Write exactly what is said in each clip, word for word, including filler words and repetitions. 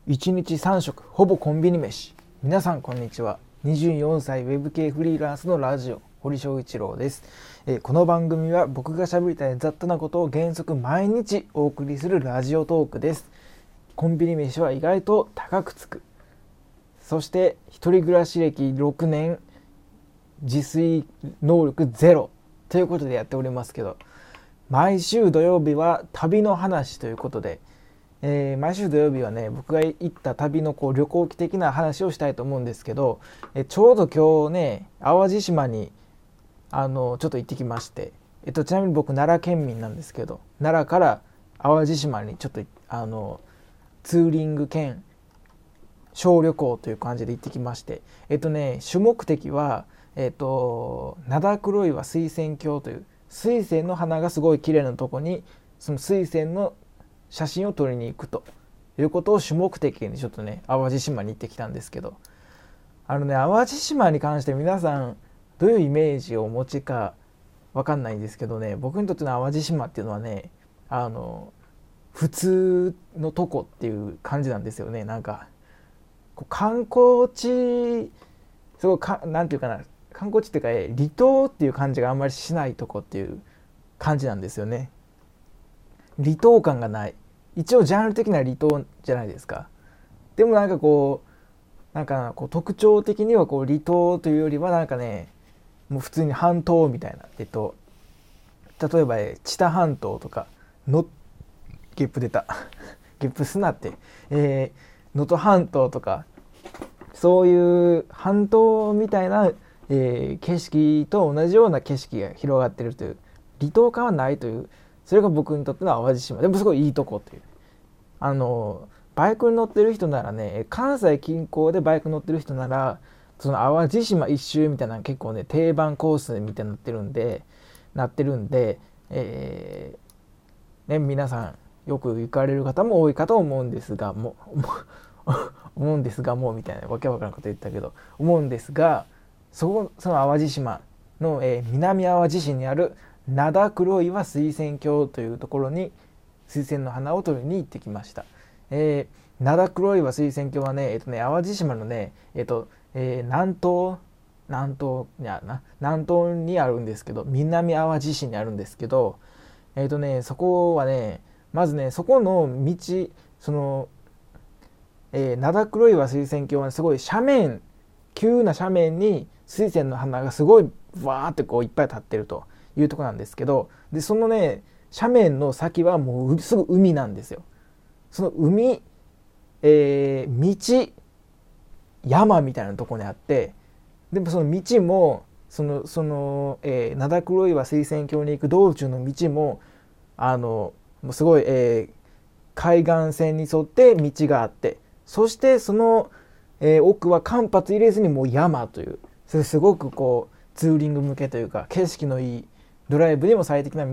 いちにちさん食ほぼコンビニ飯。皆さんこんにちは。にじゅうよんさいウェブ系フリーランスのラジオ堀翔一郎です。えー、この番組は僕が喋りたい雑多なことを原則毎日お送りするラジオトークです。コンビニ飯は意外と高くつく。そして一人暮らし歴ろくねん、自炊能力ゼロということでやっておりますけど、毎週土曜日は旅の話ということで、えー、毎週土曜日はね、僕が行った旅のこう旅行記的な話をしたいと思うんですけど、えちょうど今日ね、淡路島にあのちょっと行ってきまして、えっと、ちなみに僕奈良県民なんですけど、奈良から淡路島にちょっとあのツーリング兼小旅行という感じで行ってきまして、えっとね主目的はえっと灘黒岩水仙峡という水仙の花がすごい綺麗なとこに、その水仙の写真を撮りに行くということを主目的にちょっとね淡路島に行ってきたんですけど、あのね淡路島に関して皆さんどういうイメージをお持ちかわかんないんですけどね、僕にとっての淡路島っていうのはね、あの普通のとこっていう感じなんですよね。なんかこう観光地、すごいかなんていうかな、観光地っていうか、え離島っていう感じがあんまりしないとこっていう感じなんですよね。離島感がない。一応ジャンル的な離島じゃないですか。でもなんかこうなんかこう特徴的にはこう離島というよりはなんかね、もう普通に半島みたいな、えっと例えば知多半島とかのゲップ出たゲップすなって、えー、能登半島とかそういう半島みたいな、えー、景色と同じような景色が広がっているという、離島感はないという、それが僕にとっての淡路島。でもすごいいいとこっていう、あのバイクに乗ってる人ならね、関西近郊でバイク乗ってる人ならその淡路島一周みたいな結構ね定番コースみたいになってるんでなってるんで、えーね、皆さんよく行かれる方も多いかと思うんですがもう思うんですがもうみたいなわけわからんこと言ったけど思うんですが、そこその淡路島の、えー、南淡路市にある灘黒岩水仙峡というところに水仙の花を取りに行ってきました。えー、灘黒岩水仙峡はね、えっとね淡路島のね、えっと、えー、南東南東にあるな南東にあるんですけど、南淡路市にあるんですけど、えっとねそこはね、まずねそこの道、その、えー、灘黒岩水仙峡は、ね、すごい斜面、急な斜面に水仙の花がすごいわーってこういっぱい立ってるというところなんですけど、でそのね斜面の先はもうすぐ海なんですよ。その海、えー、道山みたいなところにあって、でもその道もそのその、えー、灘黒岩水仙峡に行く道中の道もあのもうすごい、えー、海岸線に沿って道があって、そしてその、えー、奥は間髪入れずにもう山という、それすごくこうツーリング向けというか景色のいいドライブにも最適な道、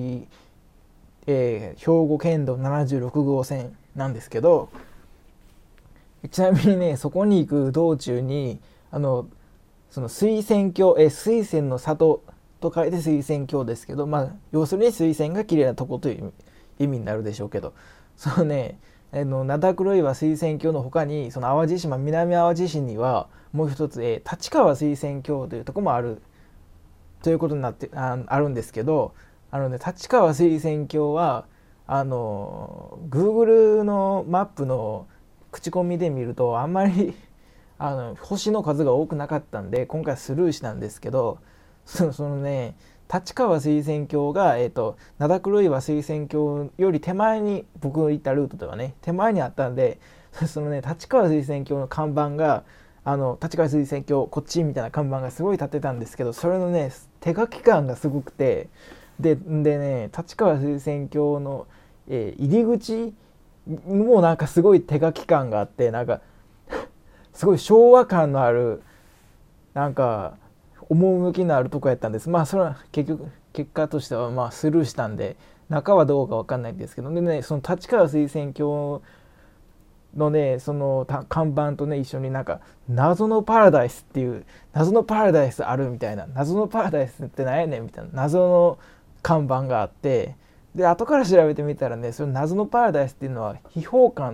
えー、兵庫県道ななじゅうろくごうせんなんですけど、ちなみにねそこに行く道中にあのその水仙峡、えー、水仙の里と書いて水仙峡ですけど、まあ要するに水仙が綺麗なとこという意味になるでしょうけど、そのねあの灘黒岩水仙峡の他にその淡路島南淡路市にはもう一つ、えー、立川水仙峡というところもあるということになって あ, あるんですけど、あのね立川水仙峡はあの Google のマップの口コミで見るとあんまりあの星の数が多くなかったんで今回スルーしたんですけど、その、そのね立川水仙峡が、えーと、灘黒岩水仙峡より手前に、僕が行ったルートではね手前にあったんで、そのね立川水仙峡の看板があの立川水仙峡こっちみたいな看板がすごい立ってたんですけど、それのね手書き感がすごくて、ででね立川水仙峡の、えー、入り口もなんかすごい手書き感があって、なんかすごい昭和感のあるなんか趣のあるとこやったんです。まあそれは結局結果としてはまあスルーしたんで中はどうかわかんないんですけど、でねその立川水仙峡のねその看板とね一緒になんか謎のパラダイスっていう、謎のパラダイスあるみたいな、謎のパラダイスって何やねんみたいな謎の看板があって、で後から調べてみたらね、その謎のパラダイスっていうのは秘宝館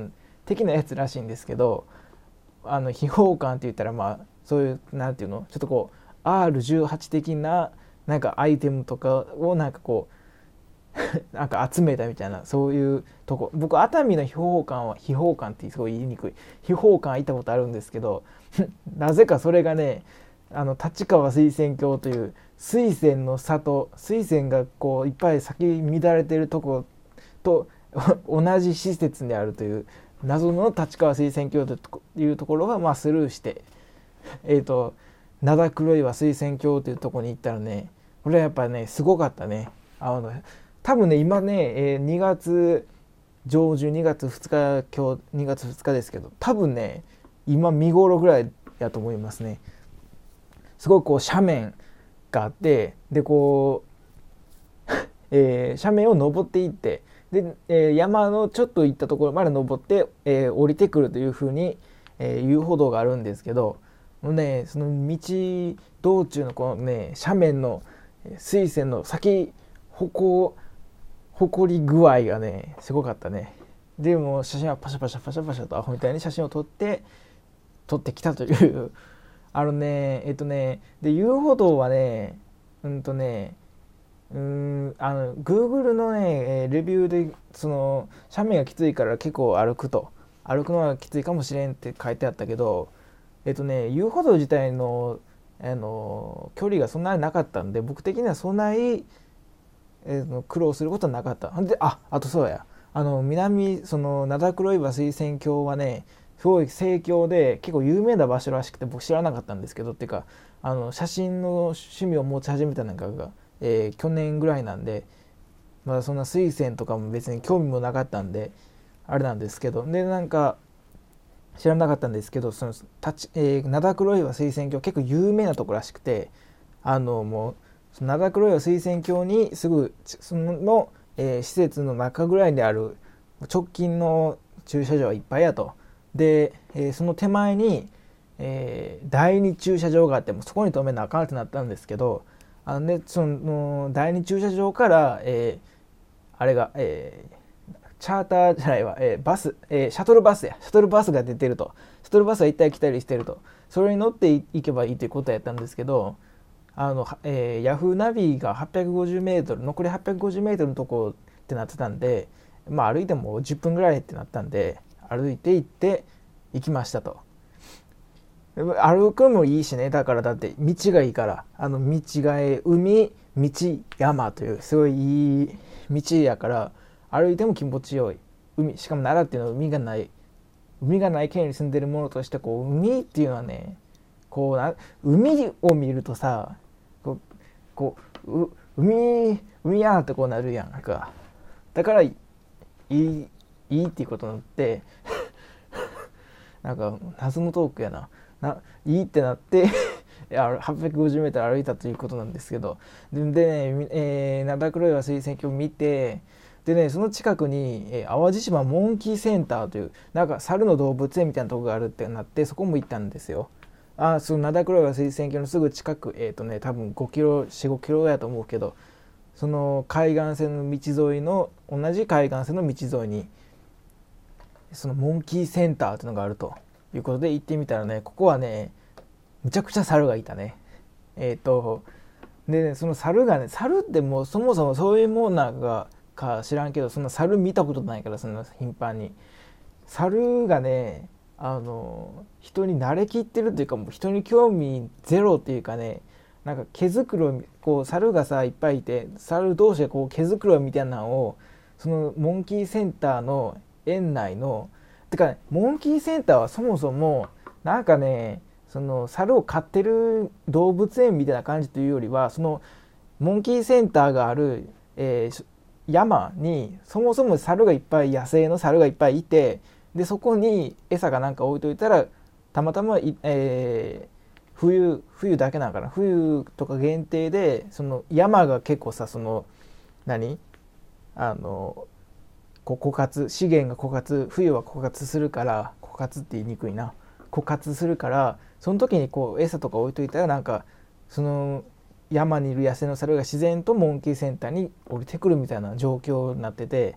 的なやつらしいんですけど、あの秘宝館って言ったらまあそういうなんていうのちょっとこう アールじゅうはち 的ななんかアイテムとかをなんかこうなんか集めたみたいなそういうとこ。僕熱海の秘宝館は秘宝館ってすごい言いにくい秘宝館行ったことあるんですけどなぜかそれがねあの立川水仙郷という水仙の里水仙がこういっぱい咲き乱れてるとこと同じ施設にあるという謎の立川水仙郷というところはまあスルーしてえっと灘黒岩水仙郷というところに行ったらねこれはやっぱねすごかったね。あの多分ね今ね、えー、にがつ上旬にがつふつか今日にがつふつかですけど多分ね今見頃ぐらいやと思いますね。すごいこう斜面があってでこう、えー、斜面を登っていってで、えー、山のちょっと行ったところまで登って、えー、降りてくるというふうに、えー、遊歩道があるんですけどもうねその道道中のこのね斜面の水仙の先歩行誇り具合がねすごかったね。でも写真はパシャパシャパシャパシャとアホみたいに写真を撮って撮ってきたというあのねえっとねで遊歩道はねうんとねうーんあの Google のねレビューでその斜面がきついから結構歩くと歩くのはきついかもしれんって書いてあったけどえっとね遊歩道自体のあの距離がそんなになかったんで僕的にはそんなに、えー、苦労することはなかった。でああとそうやあの南その灘黒岩水仙峡はねすごい盛況で結構有名な場所らしくて僕知らなかったんですけどっていうかあの写真の趣味を持ち始めたのが、えー、去年ぐらいなんでまだそんな水仙とかも別に興味もなかったんであれなんですけどでなんか知らなかったんですけどその立ち、えー、灘黒岩水仙峡結構有名なところらしくてあのもうその灘黒岩水仙峡にすぐその、えー、施設の中ぐらいにある直近の駐車場はいっぱいやと。で、えー、その手前に、えー、第二駐車場があってもそこに止めなあかんってなったんですけどあの、ね、その第二駐車場から、えー、あれが、えーチャーターじゃないわ、えー、バス、えー、シャトルバスやシャトルバスが出てるとシャトルバスは行ったり来たりしてるとそれに乗っていけばいいということやったんですけどあの、えー、ヤフーナビがはっぴゃくごじゅうメートル残りはっぴゃくごじゅうメートルのとこってなってたんでまあ歩いてもじゅっぷんぐらいってなったんで歩いて行って行きましたと。歩くのもいいしねだからだって道がいいからあの道がえ海道山というすごいいい道やから歩いても気持ちよい海しかも奈良っていうのは海がない海がない県に住んでるものとしてこう海っていうのはねこうな海を見るとさこうこうう海海やーってこうなるやんかだからいいいいっていうことになってなんか謎のトークやなないいってなっていやはっぴゃくごじゅうメートル歩いたということなんですけどでね、えー、灘黒岩水仙峡を見てでねその近くに、えー、淡路島モンキーセンターというなんか猿の動物園みたいなとこがあるってなってそこも行ったんですよ。あその灘黒岩水仙峡のすぐ近くえっ、ー、とね多分ごキロ よん、ごキロやと思うけどその海岸線の道沿いの同じ海岸線の道沿いにそのモンキーセンターっていうのがあるということで行ってみたらねここはねむちゃくちゃ猿がいたね。えっ、ー、とで、ね、その猿がね猿ってもうそもそもそういうものなんかか知らんけどそんな猿見たことないからそんな頻繁に猿がねあの人に慣れきってるっていうかもう人に興味ゼロっていうかねなんか毛づくろいこう猿がさいっぱいいて猿同士でこう毛づくろいみたいなのをそのモンキーセンターの園内のてか、ね、モンキーセンターはそもそもなんかねその猿を飼ってる動物園みたいな感じというよりはそのモンキーセンターがある、えー、山にそもそも猿がいっぱい野生の猿がいっぱいいてでそこに餌がなんか置いといたらたまたま、えー、冬冬だけなんかな冬とか限定でその山が結構さその何あのこ枯渇資源が枯渇冬は枯渇するから枯渇って言いにくいな枯渇するからその時にこう餌とか置いといたらなんかその山にいる野生の猿が自然とモンキーセンターに降りてくるみたいな状況になってて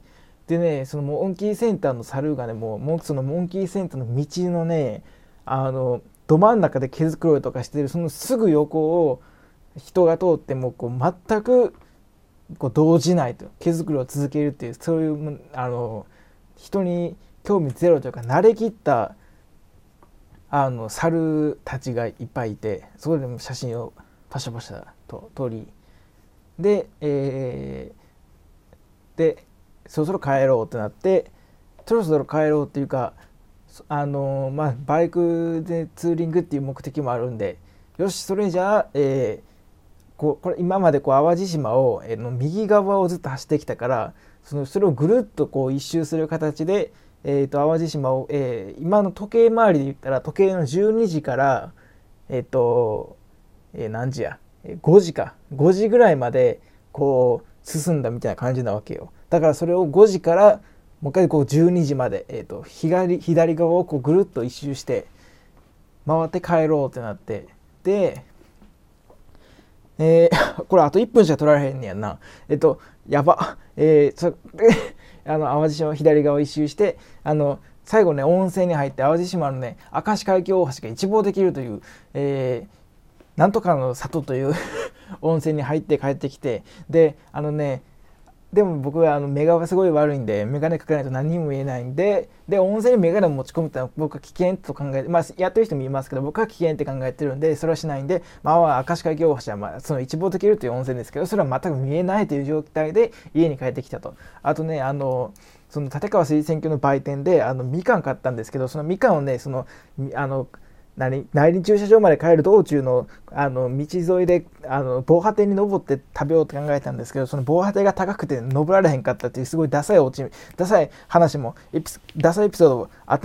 でね、そのモンキーセンターの猿がね、もうもうそのモンキーセンターの道のね、あのど真ん中で毛づくろいとかしてるそのすぐ横を人が通ってもこう全くこう動じないと、毛づくろいを続けるっていう、そういうあの人に興味ゼロというか慣れきったあの猿たちがいっぱいいて、そこでも写真をパシャパシャと撮り、で、えー、でそろそろ帰ろうってなって、そろそろ帰ろうっていうか、あのまあバイクでツーリングっていう目的もあるんで、よしそれじゃあ、えー、こうこれ今までこう淡路島を、えー、の右側をずっと走ってきたから、そのそれをぐるっとこう一周する形で、えー、と淡路島を、えー、今の時計回りで言ったら時計のじゅうにじからえっ、ー、と、えー、何時やごじかごじぐらいまでこう進んだみたいな感じなわけよ。だからそれをごじからもう一回こうじゅうにじまで、えー、と 左, 左側をこうぐるっと一周して回って帰ろうってなって、で、えー、これあといっぷんしか取られへんねやんな。えっとやばえー、そあの淡路島左側を一周して、あの最後ね温泉に入って淡路島のね明石海峡大橋が一望できるという、えー、なんとかの里という温泉に入って帰ってきて、であのねでも僕はあの目がすごい悪いんで眼鏡かけないと何にも見えないんで、で温泉に眼鏡を持ち込むってのは僕は危険と考えて、まあやってる人もいますけど僕は危険って考えてるんでそれはしないんで、まあ明石海峡大橋はまあその一望できるという温泉ですけど、それは全く見えないという状態で家に帰ってきたと。あとね、あのその立川水泉郷の売店であのみかん買ったんですけど、そのみかんをねそのあの何第二駐車場まで帰る道中のあの道沿いであの防波堤に登って食べようと考えたんですけど、その防波堤が高くて登られへんかったっていうすごいダサいオチダサい話もダサいエピソードをあって